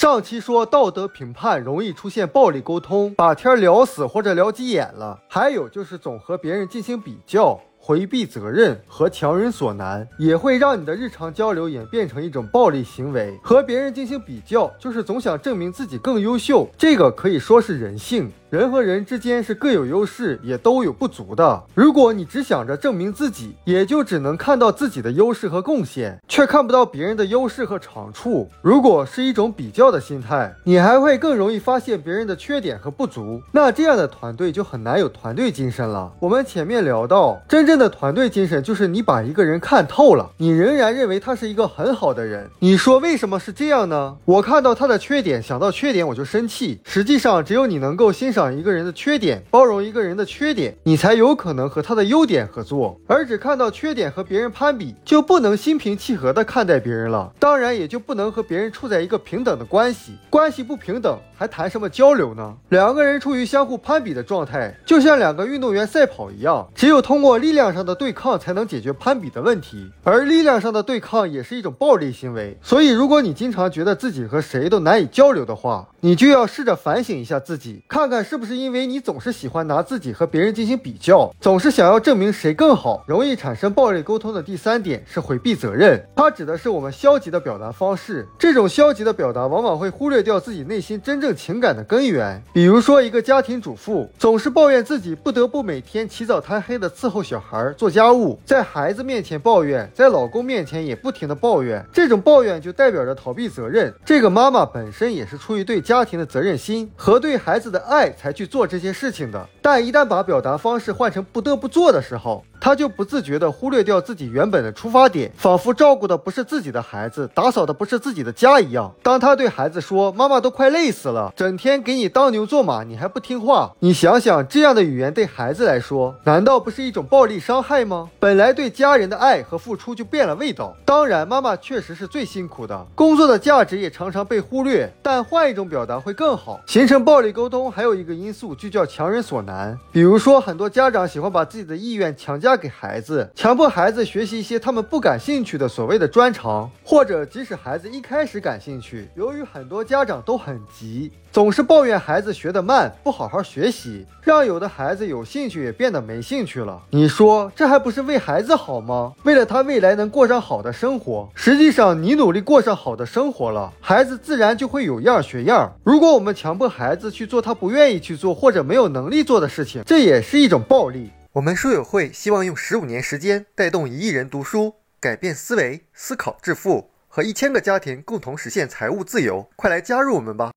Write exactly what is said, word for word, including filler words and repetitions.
上期说道德评判容易出现暴力沟通，把天聊死或者聊急眼了，还有就是总和别人进行比较，回避责任和强人所难，也会让你的日常交流演变成一种暴力行为。和别人进行比较，就是总想证明自己更优秀，这个可以说是人性。人和人之间是各有优势，也都有不足的。如果你只想着证明自己，也就只能看到自己的优势和贡献，却看不到别人的优势和长处。如果是一种比较的心态，你还会更容易发现别人的缺点和不足，那这样的团队就很难有团队精神了。我们前面聊到，真正的团队精神就是你把一个人看透了，你仍然认为他是一个很好的人。你说为什么是这样呢？我看到他的缺点，想到缺点我就生气。实际上，只有你能够欣赏一个人的缺点，包容一个人的缺点，你才有可能和他的优点合作。而只看到缺点和别人攀比，就不能心平气和地看待别人了，当然也就不能和别人处在一个平等的关系。关系不平等，还谈什么交流呢？两个人处于相互攀比的状态，就像两个运动员赛跑一样，只有通过力量上的对抗才能解决攀比的问题，而力量上的对抗也是一种暴力行为。所以如果你经常觉得自己和谁都难以交流的话，你就要试着反省一下自己，看看是不是因为你总是喜欢拿自己和别人进行比较，总是想要证明谁更好。容易产生暴力沟通的第三点是回避责任，它指的是我们消极的表达方式。这种消极的表达往往会忽略掉自己内心真正情感的根源。比如说，一个家庭主妇总是抱怨自己不得不每天起早贪黑的伺候小孩做家务，在孩子面前抱怨，在老公面前也不停的抱怨，这种抱怨就代表着逃避责任。这个妈妈本身也是出于对家庭的责任心和对孩子的爱才去做这些事情的，但一旦把表达方式换成不得不做的时候，他就不自觉地忽略掉自己原本的出发点，仿佛照顾的不是自己的孩子，打扫的不是自己的家一样。当他对孩子说妈妈都快累死了，整天给你当牛做马，你还不听话，你想想这样的语言对孩子来说难道不是一种暴力伤害吗？本来对家人的爱和付出就变了味道。当然妈妈确实是最辛苦的，工作的价值也常常被忽略，但换一种表达会更好。形成暴力沟通还有一个因素就叫强人所难。比如说，很多家长喜欢把自己的意愿强加给孩子，强迫孩子学习一些他们不感兴趣的所谓的专长，或者即使孩子一开始感兴趣，由于很多家长都很急，总是抱怨孩子学得慢，不好好学习，让有的孩子有兴趣也变得没兴趣了。你说这还不是为孩子好吗？为了他未来能过上好的生活。实际上你努力过上好的生活了，孩子自然就会有样学样。如果我们强迫孩子去做他不愿意去做或者没有能力做的事情，这也是一种暴力。我们书友会希望用十五年时间带动一亿人读书，改变思维，思考致富，和一千个家庭共同实现财务自由。快来加入我们吧！